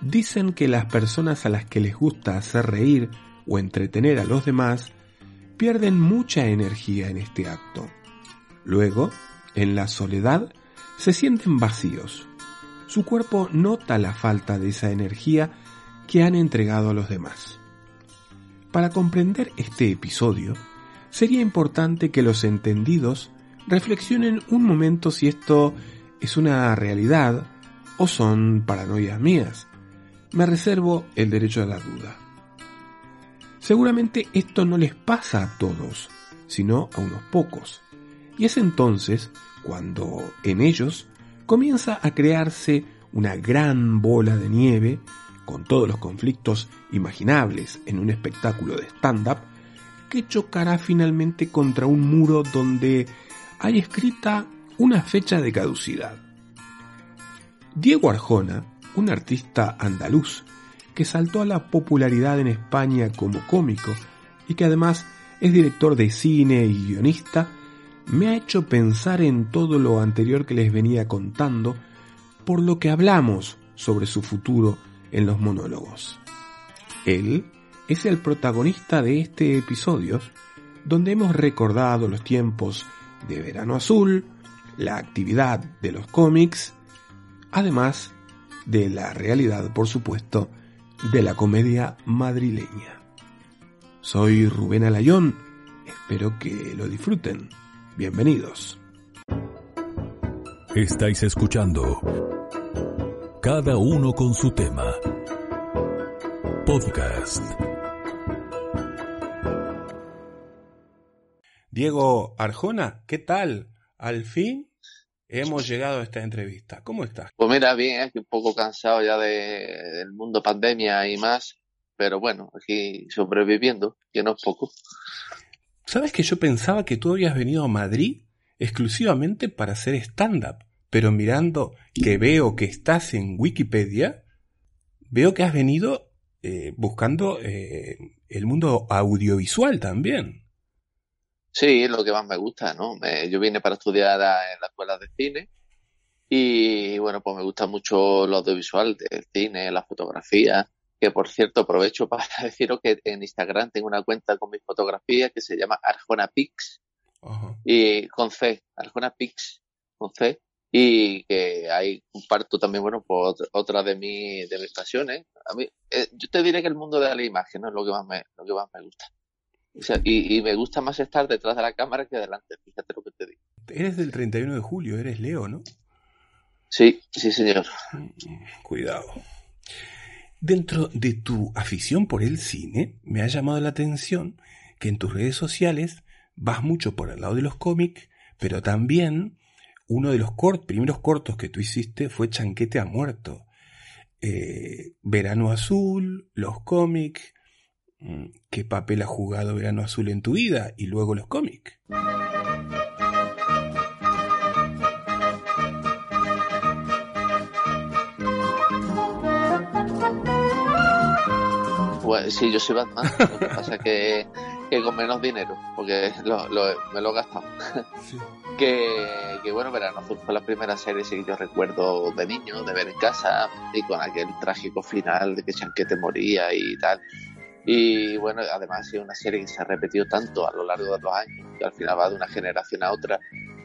Dicen que las personas a las que les gusta hacer reír o entretener a los demás pierden mucha energía en este acto. Luego, en la soledad, se sienten vacíos. Su cuerpo nota la falta de esa energía que han entregado a los demás. Para comprender este episodio, sería importante que los entendidos reflexionen un momento si esto es una realidad o son paranoias mías. Me reservo el derecho a la duda. Seguramente esto no les pasa a todos, sino a unos pocos. Y es entonces cuando en ellos comienza a crearse una gran bola de nieve con todos los conflictos imaginables en un espectáculo de stand-up que chocará finalmente contra un muro donde hay escrita una fecha de caducidad. Diego Arjona, un artista andaluz que saltó a la popularidad en España como cómico y que además es director de cine y guionista, me ha hecho pensar en todo lo anterior que les venía contando, por lo que hablamos sobre su futuro en los monólogos. Él es el protagonista de este episodio, donde hemos recordado los tiempos de Verano Azul, la actividad de los cómics, además de la realidad, por supuesto, de la comedia madrileña. Soy Rubén Alayón, espero que lo disfruten. Bienvenidos. Estáis escuchando Cada uno con su tema. Podcast. Diego Arjona, ¿qué tal? Al fin hemos llegado a esta entrevista. ¿Cómo estás? Pues mira, bien, aquí un poco cansado ya del mundo pandemia y más, pero bueno, aquí sobreviviendo, que no es poco. ¿Sabes que yo pensaba que tú habías venido a Madrid exclusivamente para hacer stand-up? Pero mirando que veo que estás en Wikipedia, veo que has venido buscando el mundo audiovisual también. Sí, es lo que más me gusta, ¿no? Yo vine para estudiar en la escuela de cine y bueno, pues me gusta mucho lo audiovisual, el cine, la fotografía, que por cierto aprovecho para deciros que en Instagram tengo una cuenta con mis fotografías que se llama Arjona Pics. Ajá. Y con C, Arjona Pics, con C, y que ahí comparto también, bueno, pues otra de mis pasiones. A mí, yo te diré que el mundo de la imagen, ¿no? Es lo que más me gusta. O sea, y me gusta más estar detrás de la cámara que delante, fíjate lo que te digo. Eres del 31 de julio, eres Leo, ¿no? Sí, sí, señor. Cuidado. Dentro de tu afición por el cine, me ha llamado la atención que en tus redes sociales vas mucho por el lado de los cómics, pero también uno de los primeros cortos que tú hiciste fue Chanquete ha muerto. Verano Azul, los cómics. ¿Qué papel ha jugado Verano Azul en tu vida? Y luego los cómics. Pues sí, yo soy Batman. Lo que pasa es que con menos dinero, porque me lo he gastado. Sí. Que bueno, Verano Azul fue la primera serie que yo recuerdo de niño, de ver en casa, y con aquel trágico final de que Chanquete moría y tal. Y bueno, además es una serie que se ha repetido tanto a lo largo de los años, que al final va de una generación a otra.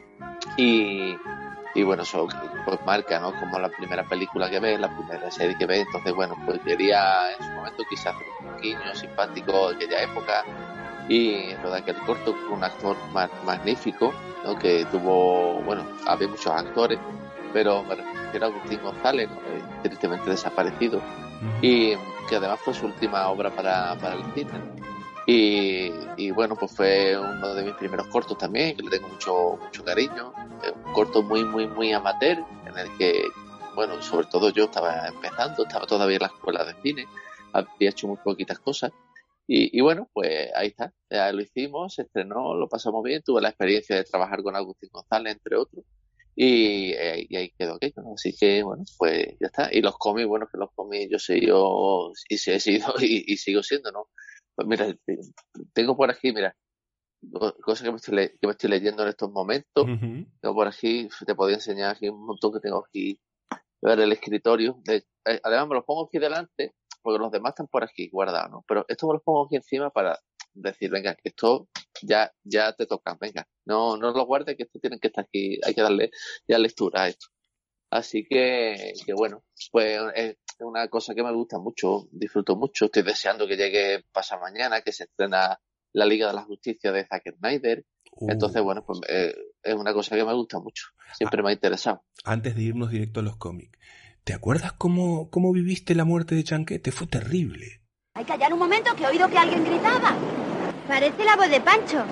Y bueno, eso pues marca, ¿no? Como la primera película que ves, la primera serie que ves. Entonces, bueno, pues quería en su momento quizás hacer un guiño simpático de aquella época. Y es verdad que el corto fue un actor magnífico, ¿no? Que tuvo, bueno, había muchos actores, pero me refiero a Agustín González, ¿no? Tristemente desaparecido. Y que además fue su última obra para el cine. Y bueno, pues fue uno de mis primeros cortos también, que le tengo mucho cariño. Un corto muy amateur, en el que, bueno, sobre todo yo estaba empezando, estaba todavía en la escuela de cine, había hecho muy poquitas cosas. Y bueno, pues ahí está, ya lo hicimos, se estrenó, lo pasamos bien, tuve la experiencia de trabajar con Agustín González, entre otros. Y ahí quedó aquello, ¿no? Así que bueno, pues ya está. Y los cómics, bueno, que los cómics yo y sí he sido y sigo siendo, ¿no? Pues mira, tengo por aquí, mira, cosas que me estoy leyendo en estos momentos. Uh-huh. Tengo por aquí, te podía enseñar aquí un montón que tengo aquí ver el escritorio. Además me los pongo aquí delante, porque los demás están por aquí guardados, ¿no? Pero esto me los pongo aquí encima para decir, venga, que esto ya te toca, venga, no lo guardes, que esto tienen que estar aquí, hay que darle ya lectura a esto. Así que bueno, pues es una cosa que me gusta mucho, disfruto mucho, estoy deseando que llegue pasado mañana, que se estrena la Liga de la Justicia de Zack Snyder. Entonces, bueno, pues es una cosa que me gusta mucho, siempre me ha interesado. Antes de irnos directo a los cómics, ¿te acuerdas cómo viviste la muerte de Chanquete? Fue terrible. Hay que callar un momento, que he oído que alguien gritaba. Parece la voz de Pancho.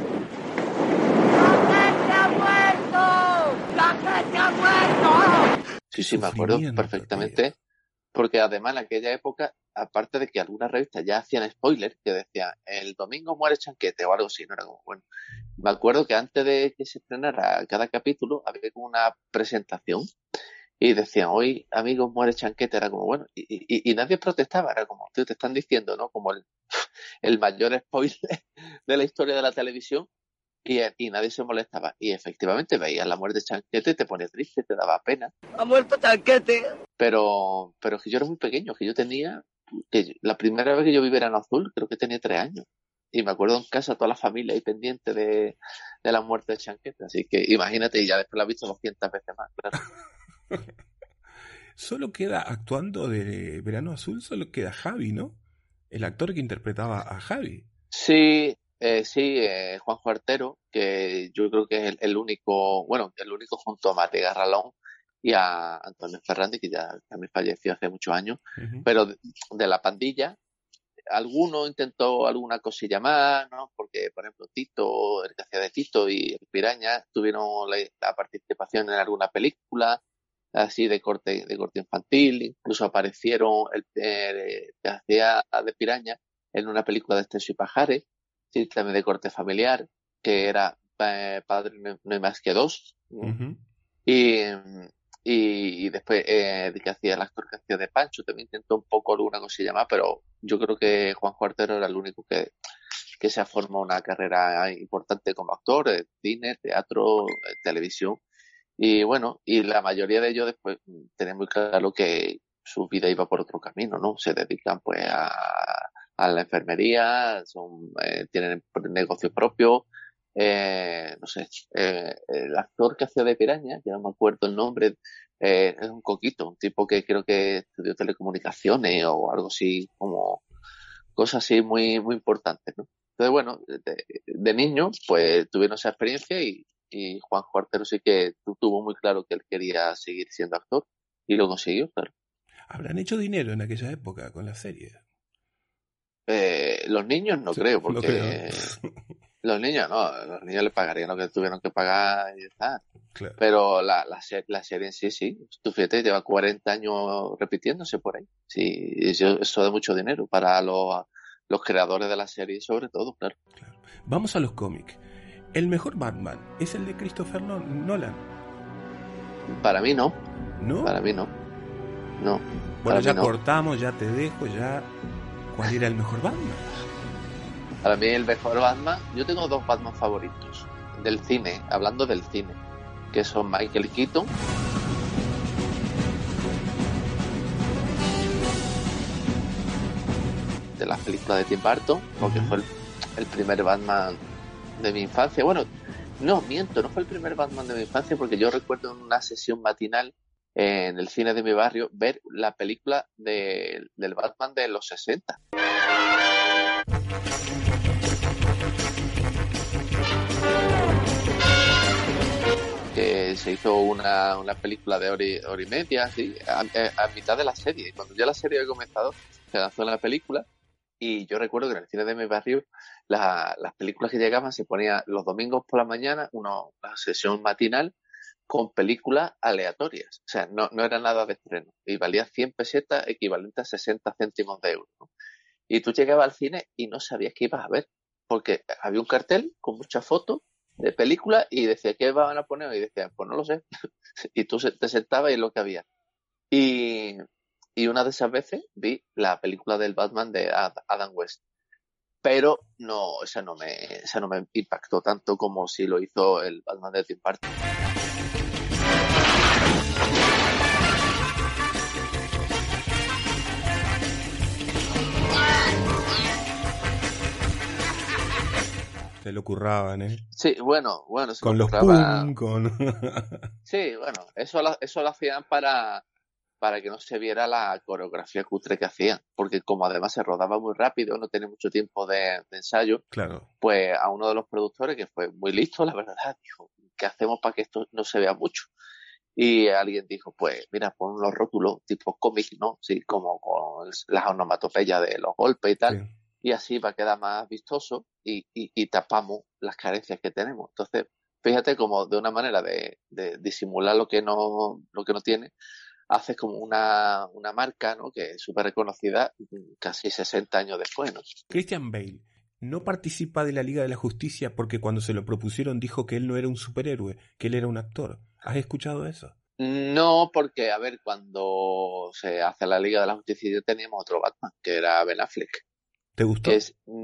¡Chanquete ha muerto! ¡Chanquete ha muerto! Sí, me acuerdo perfectamente, porque además en aquella época, aparte de que algunas revistas ya hacían spoilers, que decían, el domingo muere Chanquete o algo así, no era como, bueno, me acuerdo que antes de que se estrenara cada capítulo había como una presentación y decían, hoy amigos muere Chanquete, era como, bueno, y nadie protestaba, era como, tío, te están diciendo, ¿no? Como el mayor spoiler de la historia de la televisión. Y nadie se molestaba. Y efectivamente veías la muerte de Chanquete, te ponía triste, te daba pena. ¡Ha muerto Chanquete! Pero que yo era muy pequeño, que yo tenía... que la primera vez que yo vi Verano Azul, creo que tenía 3 años. Y me acuerdo en casa toda la familia ahí pendiente de la muerte de Chanquete. Así que imagínate, y ya después la he visto 200 veces más, claro. Solo queda actuando de Verano Azul, solo queda Javi, ¿no? El actor que interpretaba a Javi. Sí, Juanjo Artero, que yo creo que es el único junto a Mate Garralón y a Antonio Ferrandi, que ya también falleció hace muchos años, pero de la pandilla, alguno intentó alguna cosilla más, ¿no? Porque, por ejemplo, Tito, el que hacía de Tito y el Piraña, tuvieron la participación en alguna película, así de corte infantil, incluso aparecieron el que hacía de Piraña en una película de Esteso y Pajares, sí, también de corte familiar, que era Padre no hay más que dos. Y después que hacía el actor que hacía de Pancho, también intentó un poco alguna cosilla más, pero yo creo que Juanjo Artero era el único que se ha formado una carrera importante como actor, cine, teatro, televisión. Y bueno, y la mayoría de ellos después tienen muy claro que su vida iba por otro camino, ¿no? Se dedican pues a la enfermería, tienen negocios propios, no sé, el actor que hacía de Piraña, que no me acuerdo el nombre, es un coquito, un tipo que creo que estudió telecomunicaciones o algo así, como cosas así muy, muy importantes, ¿no? Entonces, bueno, de niño, pues tuvieron esa experiencia y Juanjo Artero sí que tuvo muy claro que él quería seguir siendo actor y lo consiguió, claro. ¿Habrán hecho dinero en aquella época con la serie? Los niños no creo, porque no creo. los niños les pagarían lo que tuvieron que pagar y ya está. Claro. Pero la serie en sí, tú fíjate, lleva 40 años repitiéndose por ahí. Sí, eso da mucho dinero para los creadores de la serie, sobre todo, claro. Vamos a los cómics. ¿El mejor Batman es el de Christopher Nolan? Para mí no. ¿No? Para mí no. No. Bueno, ya cortamos, ya te dejo, ya... ¿Cuál era el mejor Batman? Para mí el mejor Batman... Yo tengo 2 Batman favoritos. Del cine, hablando del cine. Que son Michael Keaton... de las películas de Tim Burton, porque fue el primer Batman de mi infancia. Bueno, no, miento, no fue el primer Batman de mi infancia, porque yo recuerdo en una sesión matinal en el cine de mi barrio ver la película del Batman de los 60. Que se hizo una película de hora y media, así, a mitad de la serie. Cuando ya la serie había comenzado, se lanzó la película. Y yo recuerdo que en el cine de mi barrio las películas que llegaban se ponían los domingos por la mañana una sesión matinal con películas aleatorias. O sea, no era nada de estreno. Y valía 100 pesetas, equivalente a 60 céntimos de euro, ¿no? Y tú llegabas al cine y no sabías qué ibas a ver. Porque había un cartel con muchas fotos de películas y decía, ¿qué van a poner? Y decían, pues no lo sé. Y tú te sentabas y es lo que había. Y una de esas veces vi la película del Batman de Adam West. Pero no, esa no me impactó tanto como si lo hizo el Batman de Tim Burton. Se lo curraban, ¿eh? Sí, bueno, se Con lo los curraba. pum, con... Sí, bueno, eso lo hacían para que no se viera la coreografía cutre que hacían, porque como además se rodaba muy rápido, no tenía mucho tiempo de ensayo, Claro. pues a uno de los productores, que fue muy listo, la verdad, dijo, ¿qué hacemos para que esto no se vea mucho? Y alguien dijo, pues mira, pon los rótulos tipo cómic, ¿no? Sí, como con las onomatopeyas de los golpes y Sí. tal, y así va a quedar más vistoso y tapamos las carencias que tenemos. Entonces, fíjate como de una manera de disimular lo que no tiene, haces como una marca, ¿no? Que es súper reconocida casi 60 años después, ¿no? Christian Bale no participa de la Liga de la Justicia porque cuando se lo propusieron dijo que él no era un superhéroe, que él era un actor. ¿Has escuchado eso? No, porque, a ver, cuando se hace la Liga de la Justicia teníamos otro Batman, que era Ben Affleck, ¿Te que gustó?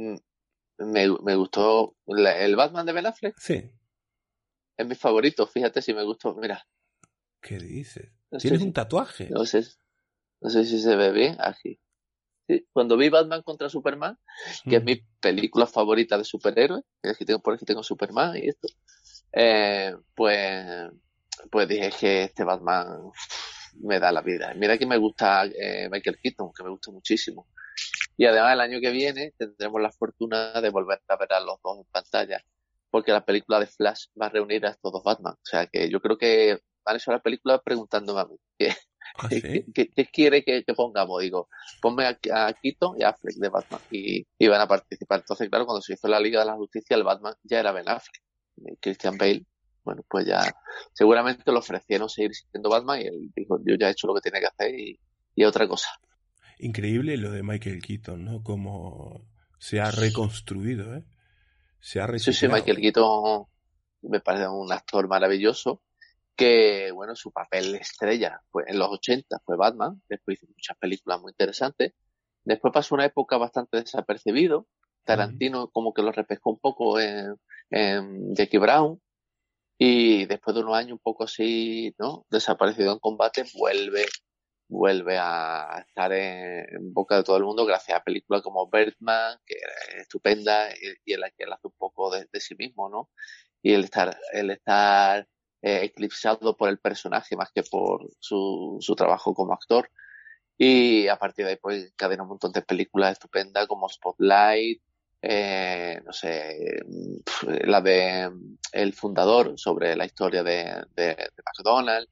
me gustó, el Batman de Ben Affleck Sí. es mi favorito, fíjate si me gustó, mira, ¿Qué dices? no sé ¿Tienes un si, tatuaje? no sé, no sé si se ve bien aquí. Sí, cuando vi Batman contra Superman, que es Mm. mi película favorita de superhéroes, que es que tengo, por aquí tengo Superman y esto, eh, pues, pues dije que este Batman me da la vida. Mira que me gusta Michael Keaton, que me gusta muchísimo. Y además el año que viene tendremos la fortuna de volver a ver a los dos en pantalla, porque la película de Flash va a reunir a estos dos Batman. O sea que yo creo que van a hecho la película preguntándome a mí, ¿Ah, sí? qué quiere que pongamos? Digo, ponme a Keaton y a Affleck de Batman y van a participar. Entonces, claro, cuando se hizo la Liga de la Justicia, el Batman ya era Ben Affleck. Christian Bale, bueno, pues ya seguramente le ofrecieron seguir siendo Batman y él dijo, yo ya he hecho lo que tenía que hacer y otra cosa. Increíble lo de Michael Keaton, ¿no? Cómo se ha reconstruido, ¿eh? Se ha Sí, reciclado. Michael Keaton me parece un actor maravilloso que, bueno, su papel estrella fue en los 80 fue Batman, después hizo muchas películas muy interesantes, después pasó una época bastante desapercibido, Mm. Tarantino como que lo repescó un poco en Jackie Brown y después de unos años un poco así, ¿no? Desaparecido en combate, vuelve a estar en boca de todo el mundo gracias a películas como Birdman, que es estupenda y en la que él hace un poco de sí mismo, ¿no? Y el estar eclipsado por el personaje más que por su trabajo como actor. Y a partir de ahí, pues, encadena un montón de películas estupendas como Spotlight, no sé, la de El Fundador, sobre la historia de McDonald's,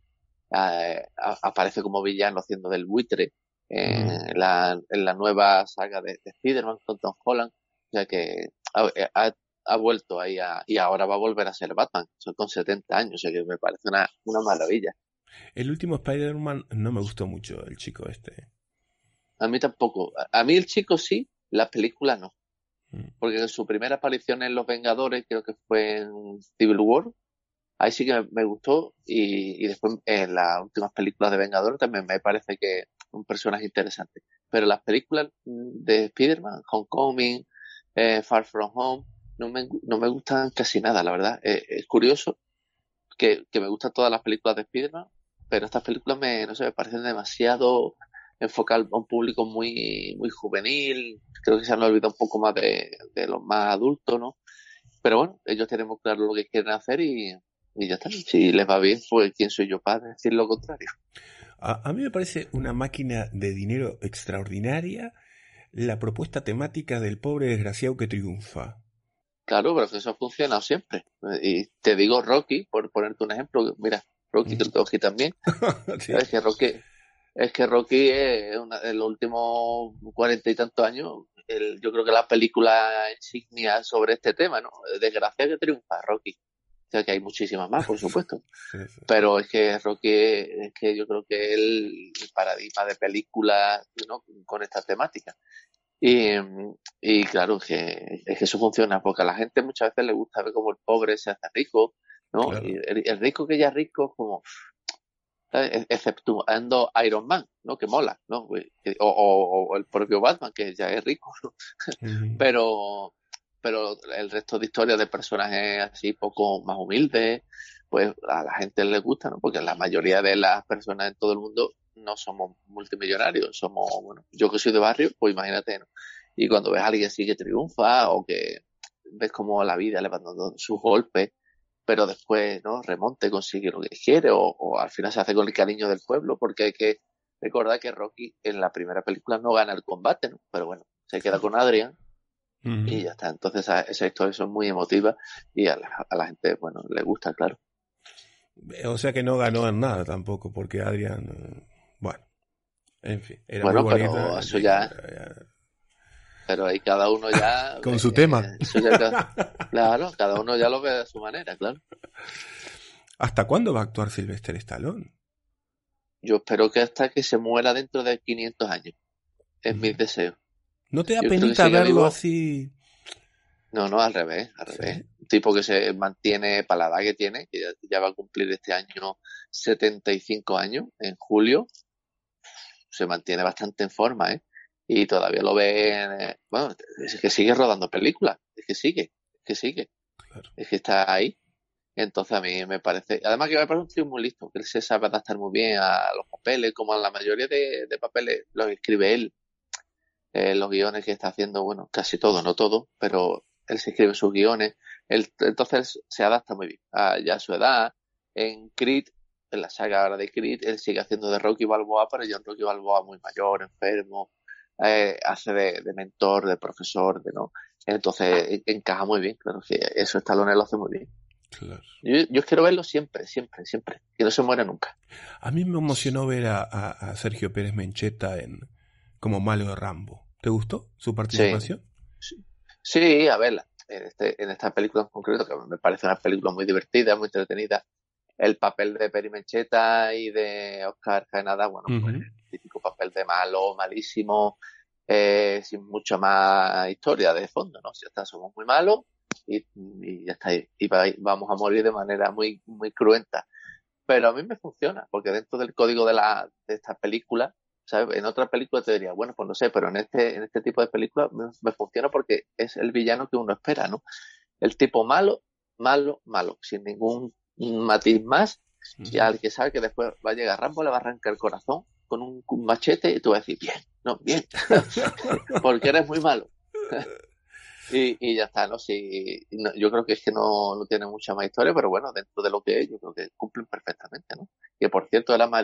aparece como villano haciendo del buitre Mm. en la nueva saga de Spider-Man con Tom Holland, o sea que ha vuelto ahí y ahora va a volver a ser Batman, son con 70 años, o sea que me parece una maravilla. El último Spider-Man no me gustó mucho, el chico este. A mí tampoco, a mí el chico sí, la película no, Mm. porque en su primera aparición en Los Vengadores, creo que fue en Civil War, ahí sí que me gustó y después en las últimas películas de Vengadores también me parece que es un personaje interesante. Pero las películas de Spider-Man, Homecoming, Far From Home, no me gustan casi nada, la verdad. Es curioso que me gustan todas las películas de Spider-Man, pero estas películas no sé, me parecen demasiado enfocadas a un público muy juvenil. Creo que se han olvidado un poco más de los más adultos, ¿no? Pero bueno, ellos tienen muy claro lo que quieren hacer y ya está. Si les va bien, pues quién soy yo para decir lo contrario. A mí me parece una máquina de dinero extraordinaria la propuesta temática del pobre desgraciado que triunfa. Claro, pero que eso ha funcionado siempre. Y te digo Rocky, por ponerte un ejemplo. Mira, Rocky, que Mm. lo tengo aquí también. Sí. ¿Sabes que Rocky es en los últimos 40 y tantos años, yo creo que la película insignia sobre este tema, ¿no? Desgracia que triunfa, Rocky. O sea que hay muchísimas más, por supuesto. Sí, sí. Pero es que Rocky, es que yo creo que es el paradigma de película, ¿no? Con esta temática. Y, y claro, es que eso funciona, porque a la gente muchas veces le gusta ver cómo el pobre se hace rico, ¿no? Y Claro. el rico que ya es rico es como, ¿sabes? Exceptuando Iron Man, ¿no? Que mola, ¿no? O el propio Batman, que ya es rico, ¿no? Mm. Pero, pero el resto de historias de personajes así poco más humildes, pues a la gente le gusta, ¿no? Porque la mayoría de las personas en todo el mundo no somos multimillonarios, somos, bueno, yo que soy de barrio, pues imagínate, ¿no? Y cuando ves a alguien así que triunfa o que ves como la vida le va dando sus golpes, pero después, ¿no? Remonte, consigue lo que quiere, o al final se hace con el cariño del pueblo, porque hay que recordar que Rocky en la primera película no gana el combate, ¿no? Pero bueno, se queda con Adrian y ya está. Entonces esas historias son muy emotivas y a la gente, bueno, le gusta, claro. O sea que no ganó en nada tampoco, porque Adrian, bueno, en fin, era bueno, muy bonito. Pero eso ya... Pero ahí cada uno ya... Con su tema. Claro, cada uno ya lo ve de su manera, claro. ¿Hasta cuándo va a actuar Sylvester Stallone? Yo espero que hasta que se muera dentro de 500 años. Es mi deseo. ¿No te da penita verlo así? No, al revés. ¿Sí? Un tipo que se mantiene para la edad que tiene, que ya va a cumplir este año 75 años, en julio. Se mantiene bastante en forma, ¿eh? Y todavía lo ven, bueno, es que sigue rodando películas, es que sigue, claro. Es que está ahí. Entonces a mí me parece, además que me parece un tío muy listo, que él se sabe adaptar muy bien a los papeles, como a la mayoría de papeles los escribe él, los guiones que está haciendo, bueno, casi todo, no todo, pero él se escribe sus guiones, entonces se adapta muy bien ya a su edad. En Creed, en la saga ahora de Creed, él sigue haciendo de Rocky Balboa, pero ya un Rocky Balboa muy mayor, enfermo, hace de mentor, de profesor, ¿no? Entonces encaja muy bien, claro, que eso Stallone lo hace muy bien. Claro. Yo quiero verlo siempre, que no se muera nunca. A mí me emocionó ver a Sergio Pérez Mencheta como malo de Rambo. ¿Te gustó su participación? Sí, a ver, en esta película en concreto, que me parece una película muy divertida, muy entretenida, el papel de Peri Mencheta y de Oscar Jaenada, bueno, pues el típico papel de malo, malísimo, sin mucha más historia de fondo, ¿no? Si está, somos muy malos y ya está, y vamos a morir de manera muy, muy cruenta. Pero a mí me funciona, porque dentro del código de esta película, ¿sabes? En otra película te diría, bueno, pues no sé, pero en este tipo de películas me funciona porque es el villano que uno espera, ¿no? El tipo malo, sin ningún matiz más, y al que sabe que después va a llegar Rambo, le va a arrancar el corazón con un machete y tú vas a decir, bien, porque eres muy malo. y ya está, ¿no? Sí, yo creo que es que no tiene mucha más historia, pero bueno, dentro de lo que es, yo creo que cumplen perfectamente, ¿no? Que por cierto, nuestra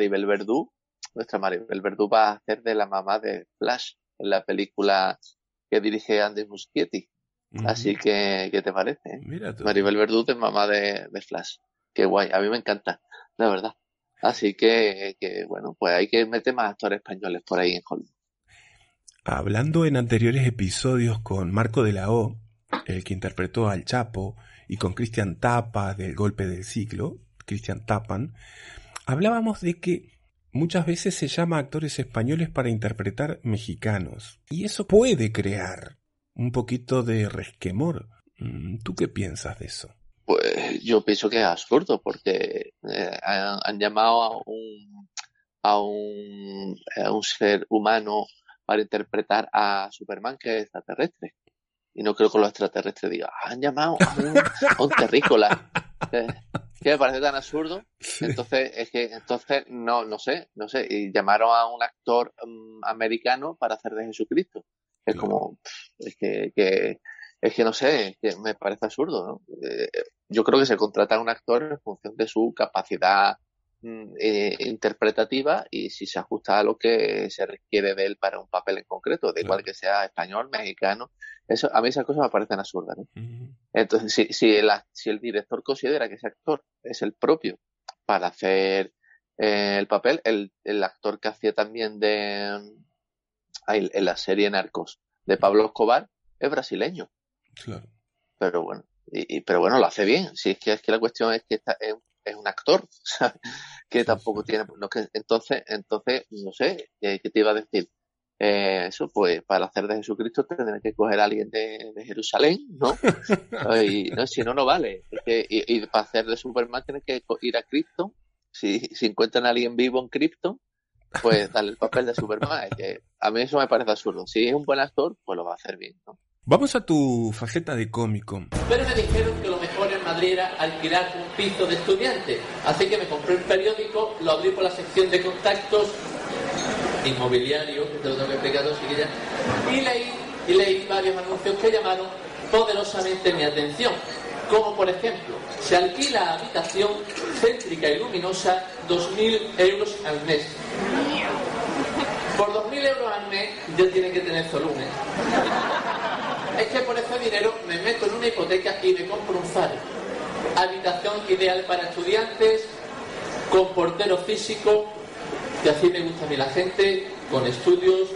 Maribel Verdú va a hacer de la mamá de Flash en la película que dirige Andy Muschietti. Así que, ¿qué te parece? Mira tú. Maribel Verdú de mamá de Flash. Qué guay, a mí me encanta, la verdad. Así que bueno, pues hay que meter más actores españoles por ahí en Hollywood. Hablando en anteriores episodios con Marco de la O, el que interpretó al Chapo, y con Cristian Tapa del Golpe del Siglo, Cristian Tapan, hablábamos de que muchas veces se llama a actores españoles para interpretar mexicanos, y eso puede crear un poquito de resquemor. ¿Tú qué piensas de eso? Pues yo pienso que es absurdo, porque han llamado a un ser humano para interpretar a Superman, que es extraterrestre. Y no creo que los extraterrestres digan, han llamado a un terrícola. Que me parece tan absurdo. Sí. Entonces no sé. Y llamaron a un actor americano para hacer de Jesucristo. Es como, es que no sé, que me parece absurdo, ¿no? Yo creo que se contrata a un actor en función de su capacidad interpretativa y si se ajusta a lo que se requiere de él para un papel en concreto, de igual que sea español, mexicano. Eso, a mí esas cosas me parecen absurdas, ¿no? Entonces, si el director considera que ese actor es el propio para hacer el papel, el actor que hacía también en la serie Narcos de Pablo Escobar es brasileño. Claro. Pero bueno, lo hace bien. Si es que la cuestión es que es un actor, ¿sabes? Que tampoco tiene, no, que entonces no sé, ¿qué te iba a decir? Eso, pues para hacer de Jesucristo tendrán que coger a alguien de Jerusalén, ¿no? Y no, si no vale. Y para hacer de Superman tienen que ir a Krypton. Si encuentran a alguien vivo en Krypton, pues darle el papel de Superman. Es que a mí eso me parece absurdo. Si es un buen actor, pues lo va a hacer bien, ¿no? Vamos a tu faceta de cómico. Pero me dijeron que lo mejor en Madrid era alquilar un piso de estudiante. Así que me compré un periódico, lo abrí por la sección de contactos inmobiliarios, que te lo tengo que explicar todo, chiquilla, y leí varios anuncios que llamaron poderosamente mi atención. Como por ejemplo, se alquila habitación céntrica y luminosa 2.000 euros al mes. Por 2.000 euros al mes ya tiene que tener Zolumen. Es que por ese dinero me meto en una hipoteca y me compro un Faro. Habitación ideal para estudiantes, con portero físico, que así me gusta a mí la gente, con estudios.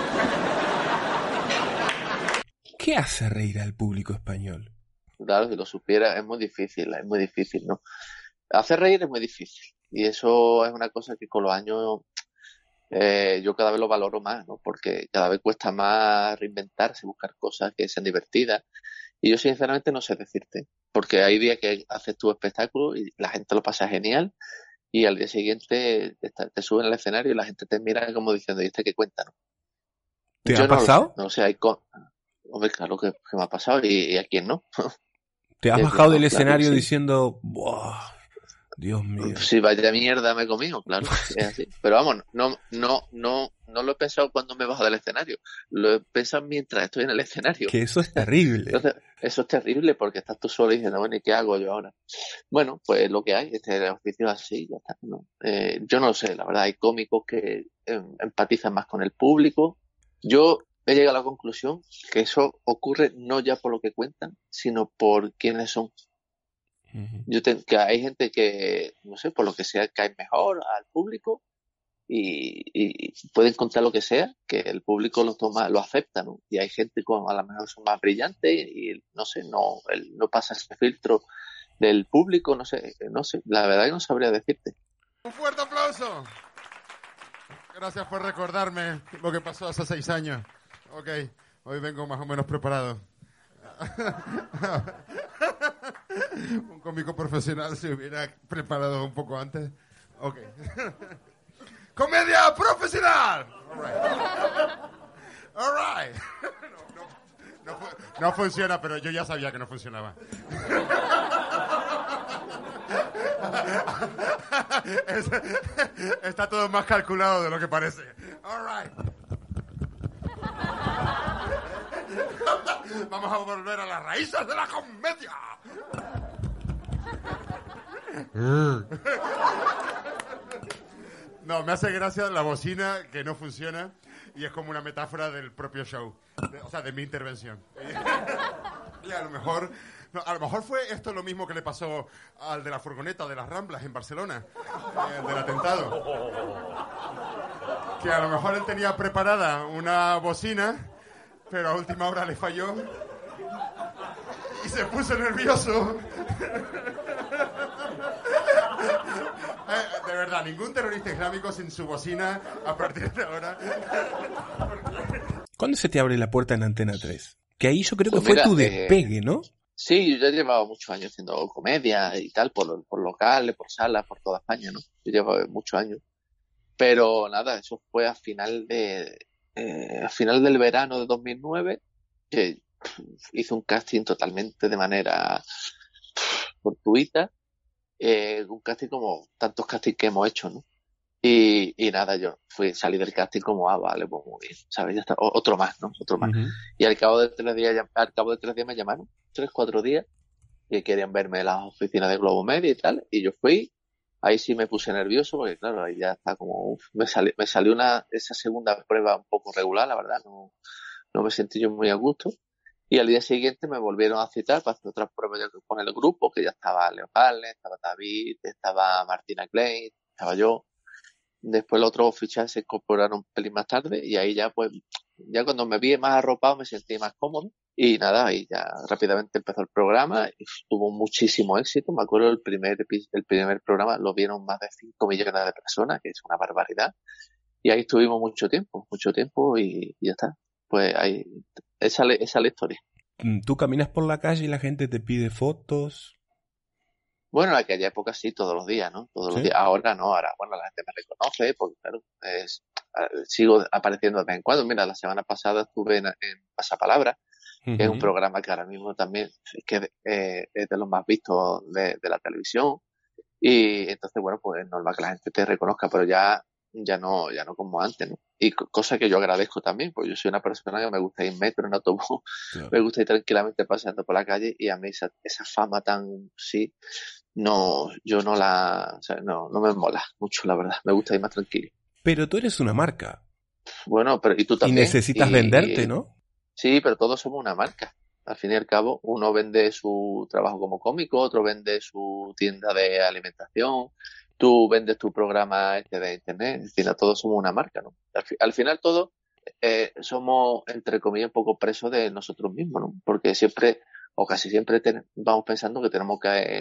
¿Qué hace reír al público español? Claro, si lo supiera, es muy difícil, ¿no? Hacer reír es muy difícil. Y eso es una cosa que con los años yo cada vez lo valoro más, ¿no? Porque cada vez cuesta más reinventarse, buscar cosas que sean divertidas. Y yo sinceramente no sé decirte, porque hay días que haces tu espectáculo y la gente lo pasa genial y al día siguiente te suben al escenario y la gente te mira como diciendo, ¿y este qué cuenta, no? ¿Te Yo ha pasado? No lo sé, hombre, claro que me ha pasado y a quién no. ¿Te has Sí, bajado claro, del escenario sí. diciendo, ¡buah! Dios mío. Sí, vaya mierda me he comido, claro, es así. Pero vamos, no lo he pensado cuando me bajo del escenario. Lo he pensado mientras estoy en el escenario. Que eso es terrible. Entonces, eso es terrible porque estás tú solo y diciendo, bueno, ¿y qué hago yo ahora? Bueno, pues lo que hay, este oficio es así, ya está, ¿no? Yo no lo sé, la verdad, hay cómicos que empatizan más con el público. Yo he llegado a la conclusión que eso ocurre no ya por lo que cuentan, sino por quiénes son. Que hay gente que, no sé, por lo que sea, cae mejor al público y pueden contar lo que sea, que el público lo toma, lo acepta, ¿no? Y hay gente que a lo mejor son más brillantes y no sé, no pasa ese filtro del público, no sé, la verdad que no sabría decirte. Un fuerte aplauso. Gracias por recordarme lo que pasó hace 6 años. Ok, hoy vengo más o menos preparado. Un cómico profesional se hubiera preparado un poco antes. Ok. ¡Comedia profesional! All right. No funciona, pero yo ya sabía que no funcionaba. Está todo más calculado de lo que parece. All right. Vamos a volver a las raíces de la comedia. No, me hace gracia la bocina que no funciona y es como una metáfora del propio show, o sea, de mi intervención. Y a lo mejor fue esto lo mismo que le pasó al de la furgoneta de las Ramblas en Barcelona, el del atentado. Que a lo mejor él tenía preparada una bocina, pero a última hora le falló y se puso nervioso. De verdad, ningún terrorista islámico sin su bocina a partir de ahora. ¿Cuándo se te abre la puerta en Antena 3? Que ahí yo creo que Pues fue mira, tu despegue, ¿no? Sí, yo he llevado muchos años haciendo comedia y tal, por locales, por salas, por toda España, ¿no? Yo llevo muchos años. Pero nada, eso fue a final del verano de 2009, que hice un casting totalmente de manera fortuita, un casting como tantos castings que hemos hecho, ¿no? Y nada, yo salí del casting como, vale, pues muy bien, ¿sabes? Ya está, otro más, ¿no? Otro más. Uh-huh. Y al cabo de 3 días me llamaron, 3-4 días, que querían verme en las oficinas de Globo Media y tal, y yo fui. Ahí sí me puse nervioso porque, claro, ahí ya está como... me salió esa segunda prueba un poco regular, la verdad, no me sentí yo muy a gusto. Y al día siguiente me volvieron a citar para hacer otras pruebas ya con el grupo, que ya estaba Leo Harlem, estaba David, estaba Martina Klein, estaba yo. Después los otros fichajes se incorporaron un pelín más tarde y ahí ya pues, ya cuando me vi más arropado me sentí más cómodo. Y nada, ahí ya rápidamente empezó el programa y tuvo muchísimo éxito. Me acuerdo el primer programa lo vieron más de 5 millones de personas, que es una barbaridad. Y ahí estuvimos mucho tiempo y ya está. Pues ahí, esa es la historia. ¿Tú caminas por la calle y la gente te pide fotos? Bueno, en aquella época sí, todos los días, ¿no? Todos los días. Ahora no, bueno, la gente me reconoce porque, claro, sigo apareciendo de vez en cuando. Mira, la semana pasada estuve en Pasapalabra, que es un programa que ahora mismo también es de los más vistos de la televisión. Y entonces, bueno, pues es normal que la gente te reconozca, pero ya ya no como antes, ¿no? Y cosa que yo agradezco también, porque yo soy una persona que me gusta ir en metro, en autobús, Claro. me gusta ir tranquilamente paseando por la calle, y a mí esa fama tan, sí, no, yo no la, o sea, no me mola mucho, la verdad, me gusta ir más tranquilo. Pero tú eres una marca Bueno, pero y tú y también. necesitas venderte, ¿no? Sí, pero todos somos una marca. Al fin y al cabo, uno vende su trabajo como cómico, otro vende su tienda de alimentación, tú vendes tu programa de internet. Al final, todos somos una marca, ¿no? Al final, todos somos, entre comillas, un poco presos de nosotros mismos, ¿no? Porque siempre, o casi siempre, vamos pensando que tenemos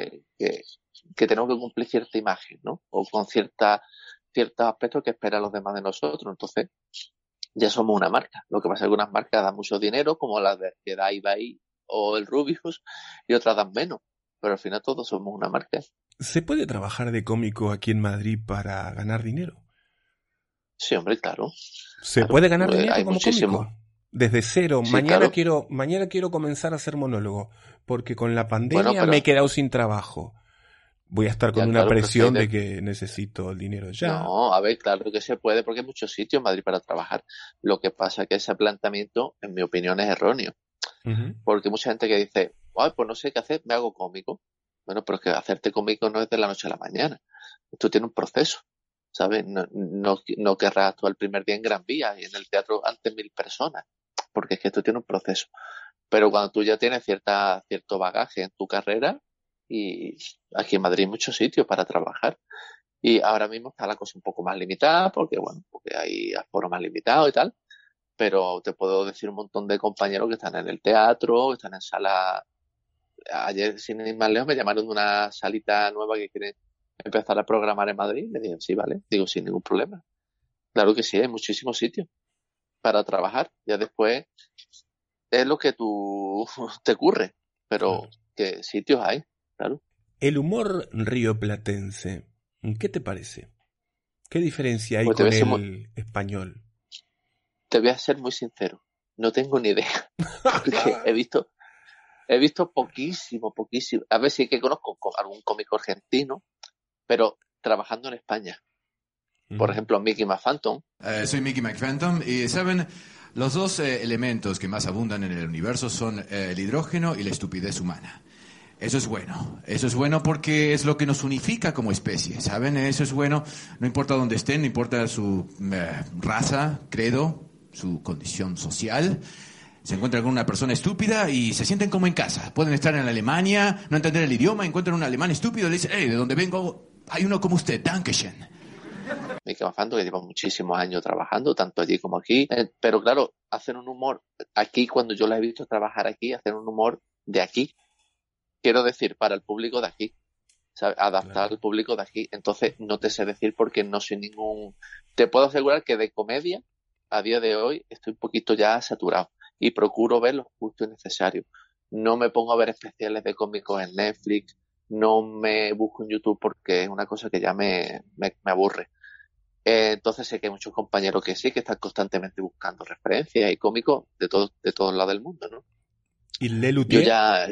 que tenemos que cumplir cierta imagen, ¿no? O con ciertos aspectos que esperan los demás de nosotros. Entonces, ya somos una marca. Lo que pasa es que algunas marcas dan mucho dinero, como las que da Ibai o el Rubius, y otras dan menos. Pero al final todos somos una marca. ¿Se puede trabajar de cómico aquí en Madrid para ganar dinero? Sí, hombre, claro. ¿Se Claro. puede ganar dinero Hay como muchísimo. cómico? Desde cero. Sí, Mañana claro. quiero comenzar a hacer monólogo, porque con la Bueno, pandemia pero me he quedado sin trabajo. Voy a estar con ya, una claro, pero es que hay presión de que necesito el dinero ya. No, a ver, claro que se puede porque hay muchos sitios en Madrid para trabajar. Lo que pasa es que ese planteamiento, en mi opinión, es erróneo. Ujú. Porque mucha gente que dice, ay, pues no sé qué hacer, me hago cómico. Bueno, pero es que hacerte cómico no es de la noche a la mañana. Esto tiene un proceso, ¿sabes? No querrás actuar el primer día en Gran Vía y en el teatro ante 1000 personas, porque es que esto tiene un proceso. Pero cuando tú ya tienes cierto bagaje en tu carrera, y aquí en Madrid hay muchos sitios para trabajar, y ahora mismo está la cosa un poco más limitada, porque bueno, porque hay aforos más limitados y tal, pero te puedo decir un montón de compañeros que están en el teatro, que están en salas. Ayer, sin ir más lejos, me llamaron de una salita nueva que quieren empezar a programar en Madrid. Me dijeron, sí, vale. Digo, sin ningún problema. Claro que sí, hay muchísimos sitios para trabajar. Ya después es lo que tú te ocurre, pero Claro. que sitios hay, claro. El humor rioplatense, ¿qué te parece? ¿Qué diferencia hay Pues con el español? te voy a ser muy sincero. No tengo ni idea. Porque he visto poquísimo. A ver si es que conozco algún cómico argentino, pero trabajando en España. Por ejemplo, Mickey McPhantom. Soy Mickey McPhantom y saben, los dos elementos que más abundan en el universo son el hidrógeno y la estupidez humana. Eso es bueno porque es lo que nos unifica como especie, ¿saben? Eso es bueno, no importa dónde estén, no importa su raza, credo, su condición social. Se encuentran con una persona estúpida y se sienten como en casa. Pueden estar en Alemania, no entender el idioma, encuentran un alemán estúpido y le dicen, hey, de donde vengo hay uno como usted, Dankeschön. Mickey McPhantom, que lleva muchísimos años trabajando, tanto allí como aquí. Pero claro, hacen un humor, aquí cuando yo la he visto trabajar aquí, hacen un humor de aquí. Quiero decir, para el público de aquí. ¿Sabes? Adaptar Claro. al público de aquí. Entonces, no te sé decir porque no soy ningún... Te puedo asegurar que de comedia, a día de hoy, estoy un poquito ya saturado. Y procuro ver lo justo y necesario. No me pongo a ver especiales de cómicos en Netflix. No me busco en YouTube porque es una cosa que ya me aburre. Entonces sé que hay muchos compañeros que sí, que están constantemente buscando referencias y cómicos de todos lados del mundo, ¿no? ¿Y Yo Lelutier? ya...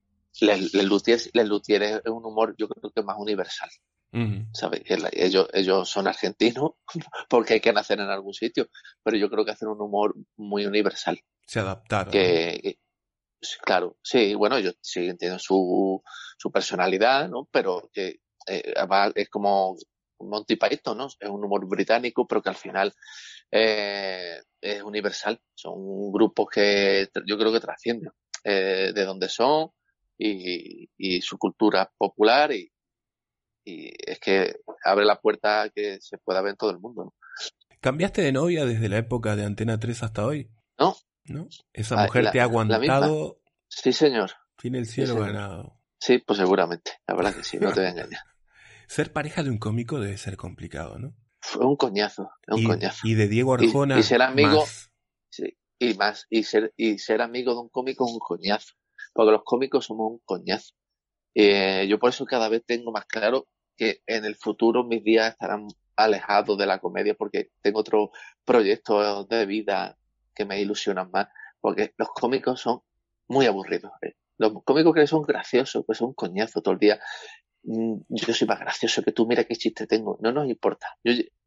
Les Luthier es un humor, yo creo que más universal. Ujú. ¿Sabes? Ellos son argentinos porque hay que nacer en algún sitio, pero yo creo que hacen un humor muy universal. Se adaptaron, ¿no? Claro, sí, bueno, ellos siguen teniendo su personalidad, ¿no? Pero que además es como Monty Python, ¿no? Es un humor británico, pero que al final es universal. Son grupos que yo creo que trascienden de donde son y su cultura popular y es que abre la puerta a que se pueda ver en todo el mundo, ¿no? ¿Cambiaste de novia desde la época de Antena 3 hasta hoy? ¿No? ¿No? ¿Esa mujer te ha La misma. aguantado? Sí, señor. Tiene el Sí, cielo señor. ganado. Sí, pues seguramente. La verdad que sí, no te voy a engañar. Ser pareja de un cómico debe ser complicado, ¿no? Fue un coñazo, es un coñazo. Y de Diego Arjona, Y ser amigo, más. sí, y ser amigo de un cómico es un coñazo. Porque los cómicos somos un coñazo. Yo por eso cada vez tengo más claro que en el futuro mis días estarán alejados de la comedia porque tengo otros proyectos de vida que me ilusionan más. Porque los cómicos son muy aburridos. Los cómicos que son graciosos, pues son un coñazo todo el día. Yo soy más gracioso que tú, mira qué chiste tengo. No nos importa.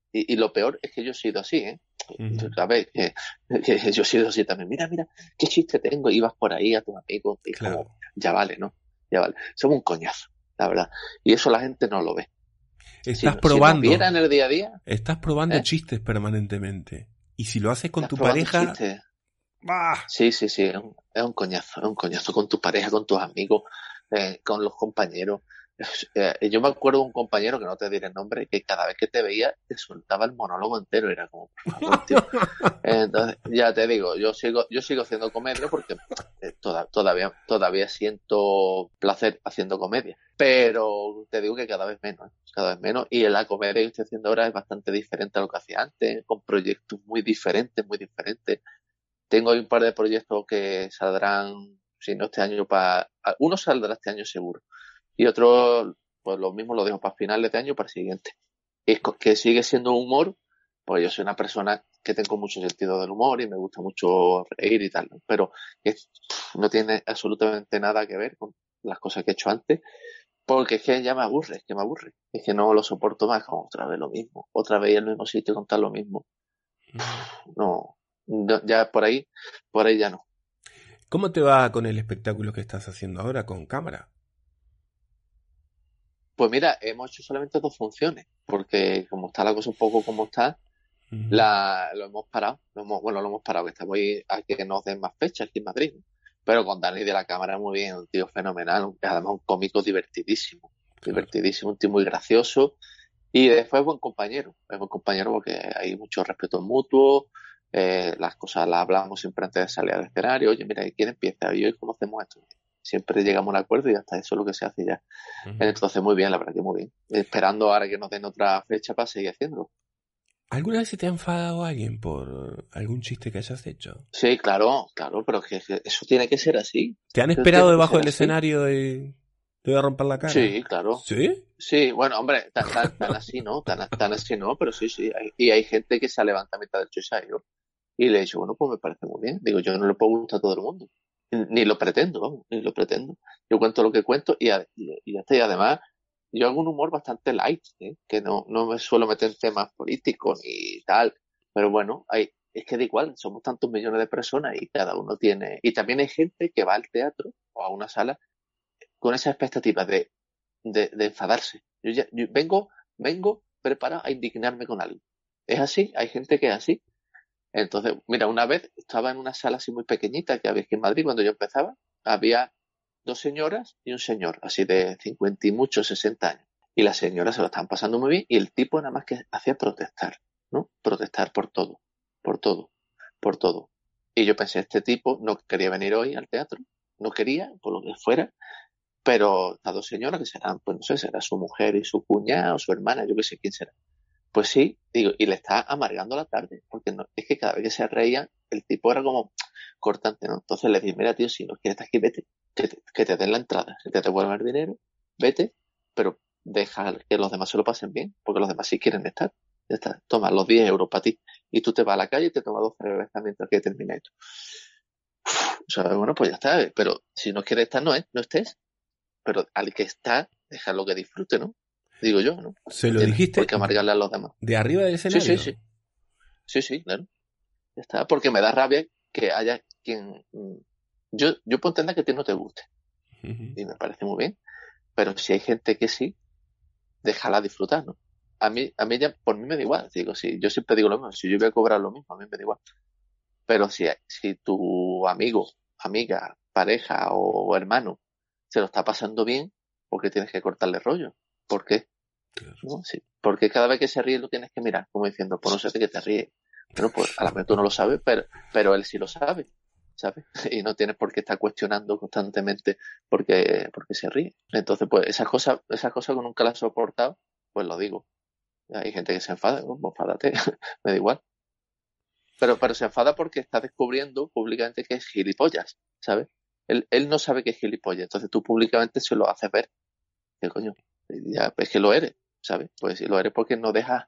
Y lo peor es que yo he sido así, ¿eh? Ujú. ¿Sabes? Que yo he sido así también. Mira, mira, qué chiste tengo. Ibas por ahí a tus amigos y Claro. como, ya vale, ¿no? Ya vale. Somos un coñazo, la verdad. Y eso la gente no lo ve. Estás Si nos probando. viera en el día a día, Estás probando ¿eh? chistes permanentemente. Y si lo haces con Estás tu probando pareja, chistes. ¡bah! Sí, es un coñazo, es un coñazo con tu pareja, con tus amigos, con los compañeros. Yo me acuerdo de un compañero, que no te diré el nombre, que cada vez que te veía te soltaba el monólogo entero, era como, por favor, tío. Entonces, ya te digo, yo sigo haciendo comedia porque todavía siento placer haciendo comedia. Pero te digo que cada vez menos, cada vez menos. Y la comedia que estoy haciendo ahora es bastante diferente a lo que hacía antes, con proyectos muy diferentes, muy diferentes. Tengo ahí un par de proyectos que saldrán, si no este año, uno saldrá este año seguro. Y otro, pues lo mismo lo dejo para finales de año, para el siguiente. Que sigue siendo humor, pues yo soy una persona que tengo mucho sentido del humor y me gusta mucho reír y tal, ¿no? Pero no tiene absolutamente nada que ver con las cosas que he hecho antes, porque es que ya me aburre, es que me aburre. Es que no lo soporto más, como otra vez lo mismo, otra vez en el mismo sitio contar lo mismo. No, ya por ahí ya no. ¿Cómo te va con el espectáculo que estás haciendo ahora con cámara? Pues mira, hemos hecho solamente 2 funciones, porque como está la cosa un poco como está, Ujú. lo hemos parado. Lo hemos parado, que estamos ahí a que nos den más fechas aquí en Madrid, ¿no? Pero con Dani de la Cámara muy bien, un tío fenomenal, además un cómico Claro. divertidísimo, un tío muy gracioso y después es buen compañero porque hay mucho respeto mutuo, las cosas las hablamos siempre antes de salir al escenario, oye, mira, ¿quién empieza? Y hoy, ¿cómo hacemos esto? Siempre llegamos a un acuerdo y hasta eso es lo que se hace ya. Ujú. Entonces, muy bien, la verdad que muy bien. Esperando ahora que nos den otra fecha para seguir haciéndolo. ¿Alguna vez se te ha enfadado alguien por algún chiste que hayas hecho? Sí, claro, claro, pero que eso tiene que ser así. ¿Te han Eso esperado tiene que debajo ser del así. escenario de te voy a romper la cara? Sí, claro. ¿Sí? Sí, bueno, hombre, tan así no, tan así no, pero sí, sí. Y hay gente que se levanta a mitad del ensayo y le he dicho, bueno, pues me parece muy bien. Digo, yo no le puedo gustar a todo el mundo. Ni lo pretendo, vamos, ni lo pretendo. Yo cuento lo que cuento y ya está. Y además, yo hago un humor bastante light, ¿eh? Que no me suelo meter en temas políticos ni tal. Pero bueno, es que da igual, somos tantos millones de personas y cada uno tiene. Y también hay gente que va al teatro o a una sala con esa expectativa de enfadarse. Yo vengo preparado a indignarme con algo. Es así, hay gente que es así. Entonces, mira, una vez estaba en una sala así muy pequeñita que había aquí en Madrid cuando yo empezaba. Había 2 señoras y un señor, así de 50 y muchos, 60 años. Y las señoras se lo estaban pasando muy bien y el tipo nada más que hacía protestar, ¿no? Protestar por todo, por todo, por todo. Y yo pensé, este tipo no quería venir hoy al teatro, no quería, por lo que fuera, pero las 2 señoras que serán, pues no sé, será su mujer y su cuñada o su hermana, yo qué sé quién será. Pues sí, digo, y le está amargando la tarde, porque no, es que cada vez que se reía, el tipo era como cortante, ¿no? Entonces le dije, mira, tío, si no quieres estar aquí, vete, que te den la entrada, que te devuelvan el dinero, vete, pero deja que los demás se lo pasen bien, porque los demás sí quieren estar. Ya está, toma los 10 euros para ti. Y tú te vas a la calle y te tomas 2 cervezas mientras que termina esto. O sea, bueno, pues ya está, pero si no quieres estar, no estés, pero al que está, déjalo que disfrute, ¿no? Digo yo, ¿no? ¿Se No lo tienes por dijiste qué amargarle a los demás. de arriba del Sí, sí, escenario? sí. Sí, sí, claro. Ya está, porque me da rabia que haya quien... yo puedo entender que a ti no te guste, Ujú. y me parece muy bien, pero si hay gente que sí, déjala disfrutar, ¿no? A mí ya, por mí me da igual, digo, si yo siempre digo lo mismo, si yo voy a cobrar lo mismo, a mí me da igual. Pero si tu amigo, amiga, pareja o hermano se lo está pasando bien, ¿por qué tienes que cortarle rollo? ¿Por qué? Claro. ¿No? Sí. Porque cada vez que se ríe lo tienes que mirar, como diciendo, pues no sé de qué te ríes. Bueno, pues a lo mejor tú no lo sabes, pero él sí lo sabe, ¿sabes? Y no tienes por qué estar cuestionando constantemente porque se ríe. Entonces, pues esas cosas que nunca las he soportado, pues lo digo. Hay gente que se enfada, pues enfádate, me da igual. Pero se enfada porque está descubriendo públicamente que es gilipollas, ¿sabes? Él no sabe que es gilipollas, entonces tú públicamente se lo haces ver. ¿Qué coño? Ya, es que lo eres, ¿sabes? Pues si lo eres porque no dejas,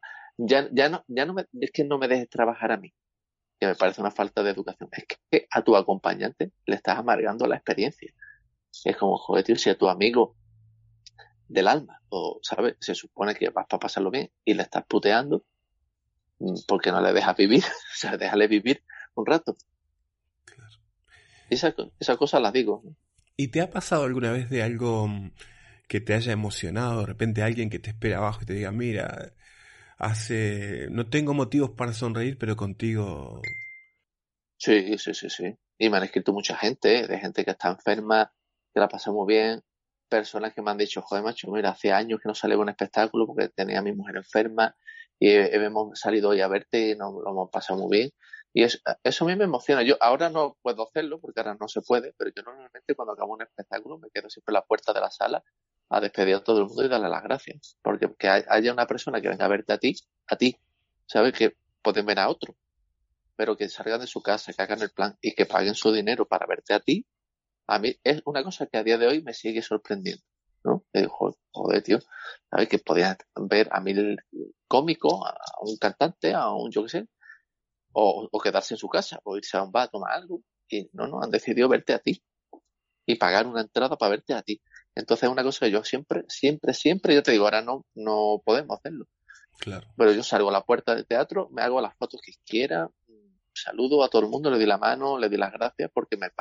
es que no me dejes trabajar a mí, que me parece una falta de educación. Es que a tu acompañante le estás amargando la experiencia. Es como, joder, tío, si a tu amigo del alma, o, ¿sabes? Se supone que vas para pasarlo bien y le estás puteando, porque no le dejas vivir, o sea, déjale vivir un rato. Claro. Esa cosa las digo, ¿no? ¿Y te ha pasado alguna vez de algo que te haya emocionado? De repente alguien que te espera abajo y te diga, mira, no tengo motivos para sonreír, pero contigo... Sí. Y me han escrito mucha gente, de gente que está enferma, que la pasa muy bien, personas que me han dicho, joder, macho, mira, hace años que no salgo a un espectáculo porque tenía a mi mujer enferma y hemos salido hoy a verte y nos lo hemos pasado muy bien. Y eso a mí me emociona. Yo ahora no puedo hacerlo porque ahora no se puede, pero yo normalmente cuando acabo un espectáculo me quedo siempre en la puerta de la sala a despedir a todo el mundo y darle las gracias. Porque que haya una persona que venga a verte a ti, ¿sabes? Que pueden ver a otro, pero que salgan de su casa, que hagan el plan y que paguen su dinero para verte a ti, a mí es una cosa que a día de hoy me sigue sorprendiendo, ¿no? Que digo, joder, tío, ¿sabes? Que podías ver a mil cómicos, a un cantante, a un yo qué sé, o quedarse en su casa, o irse a un bar a tomar algo, y no, han decidido verte a ti y pagar una entrada para verte a ti. Entonces es una cosa que yo siempre, yo te digo, ahora no podemos hacerlo. Claro. Pero yo salgo a la puerta del teatro, me hago las fotos que quiera, saludo a todo el mundo, le doy la mano, le doy las gracias, porque me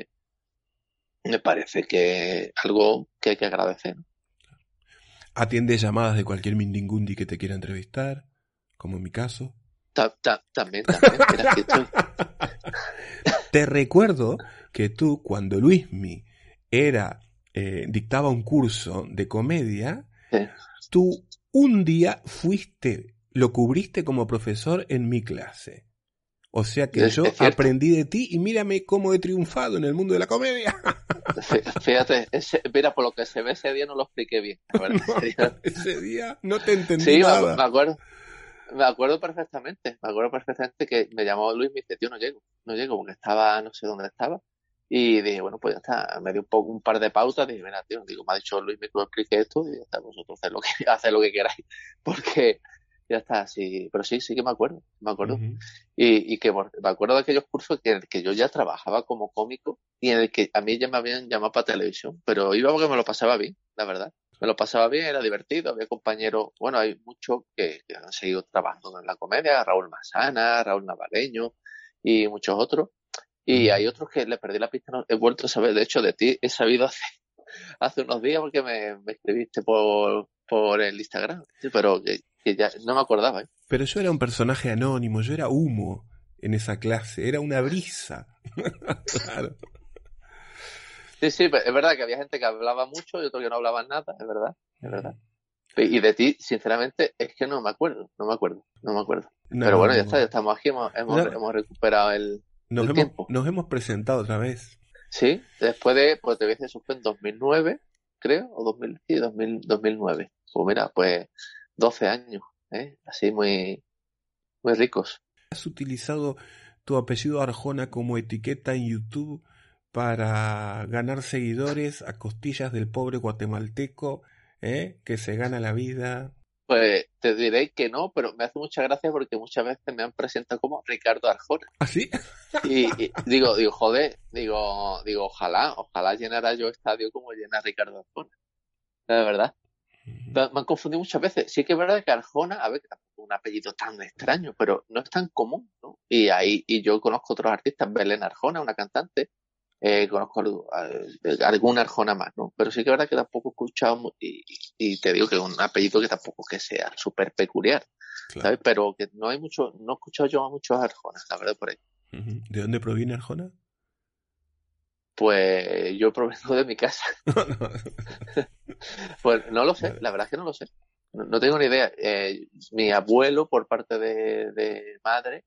parece que algo que hay que agradecer, ¿no? ¿Atiendes llamadas de cualquier mindingundi que te quiera entrevistar? Como en mi caso. También, mira, que estoy... Te recuerdo que tú, cuando Luismi dictaba un curso de comedia, Sí. tú un día lo cubriste como profesor en mi clase. O sea que yo aprendí de ti y mírame cómo he triunfado en el mundo de la comedia. Fíjate, mira, por lo que se ve ese día no lo expliqué bien. No, ese día no te entendí nada. Me acuerdo perfectamente que me llamó Luis y me dice, tío, no llego porque no sé dónde estaba. Y dije, bueno, pues ya está, me dio un par de pautas, dije, mira, tío, me ha dicho Luis que lo explique esto y ya está, vosotros haced lo que queráis, porque ya está, sí, pero sí que me acuerdo. Uh-huh. Y que me acuerdo de aquellos cursos que yo ya trabajaba como cómico y en el que a mí ya me habían llamado para televisión, pero iba porque me lo pasaba bien, la verdad. Me lo pasaba bien, era divertido, había compañeros, bueno, hay muchos que han seguido trabajando en la comedia, Raúl Masana, Raúl Navareño y muchos otros. Y hay otros que le perdí la pista, no he vuelto a saber, de hecho de ti he sabido hace unos días porque me escribiste por el Instagram, sí, pero que ya no me acordaba, ¿eh? Pero yo era un personaje anónimo, yo era humo en esa clase, era una brisa. Claro. Sí, es verdad que había gente que hablaba mucho y otros que no hablaban nada, es verdad. Y de ti, sinceramente, es que no me acuerdo. No, Pero bueno, ya está, ya estamos aquí, hemos recuperado el tiempo. Nos hemos presentado otra vez. Sí, después de, pues te eso fue en 2009, creo, o 2009. Pues mira, pues 12 años, así muy, muy ricos. ¿Has utilizado tu apellido Arjona como etiqueta en YouTube para ganar seguidores a costillas del pobre guatemalteco que se gana la vida? Pues te diré que no, pero me hace mucha gracia porque muchas veces me han presentado como Ricardo Arjona. ¿Ah, sí? Y digo, joder, ojalá llenara yo estadio como llena Ricardo Arjona. La verdad. Me han confundido muchas veces. Sí que es verdad que Arjona, a ver, un apellido tan extraño, pero no es tan común, ¿no? Y yo conozco otros artistas, Belén Arjona, una cantante, conozco alguna Arjona más, ¿no? Pero sí que es verdad que tampoco he escuchado, y te digo que es un apellido que tampoco que sea súper peculiar, Claro. ¿sabes? Pero que no he escuchado yo a muchos Arjonas, la verdad, por ahí. ¿De dónde proviene Arjona? Pues yo provengo de mi casa. Pues no lo sé, la verdad es que no lo sé. No tengo ni idea. Mi abuelo, por parte de madre,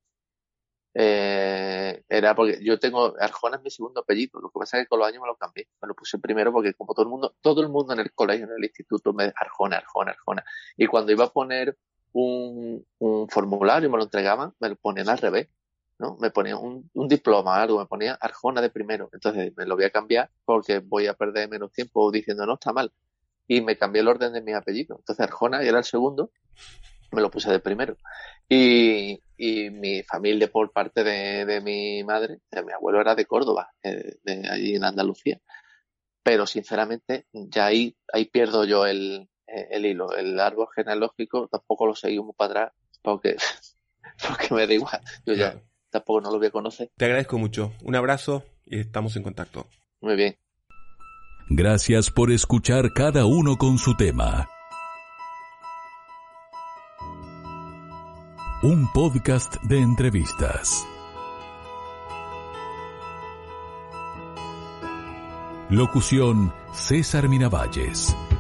era porque yo tengo Arjona es mi segundo apellido. Lo que pasa es que con los años me lo cambié. Me lo puse primero porque como todo el mundo en el colegio, en el instituto, Arjona. Y cuando iba a poner un formulario y me lo entregaban, me lo ponían al revés, ¿no? Me ponían un diploma, algo, me ponía Arjona de primero. Entonces me lo voy a cambiar porque voy a perder menos tiempo diciendo no está mal. Y me cambié el orden de mis apellidos. Entonces Arjona era el segundo, me lo puse de primero. Y mi familia, por parte de mi madre, de mi abuelo, era de Córdoba, de allí en Andalucía. Pero sinceramente ya ahí pierdo yo el hilo. El árbol genealógico tampoco lo seguimos para atrás porque porque me da igual. Yo ya tampoco no lo voy a conocer. Te agradezco mucho. Un abrazo y estamos en contacto. Muy bien. Gracias por escuchar Cada Uno con su tema. Un podcast de entrevistas. Locución: César Miravalles.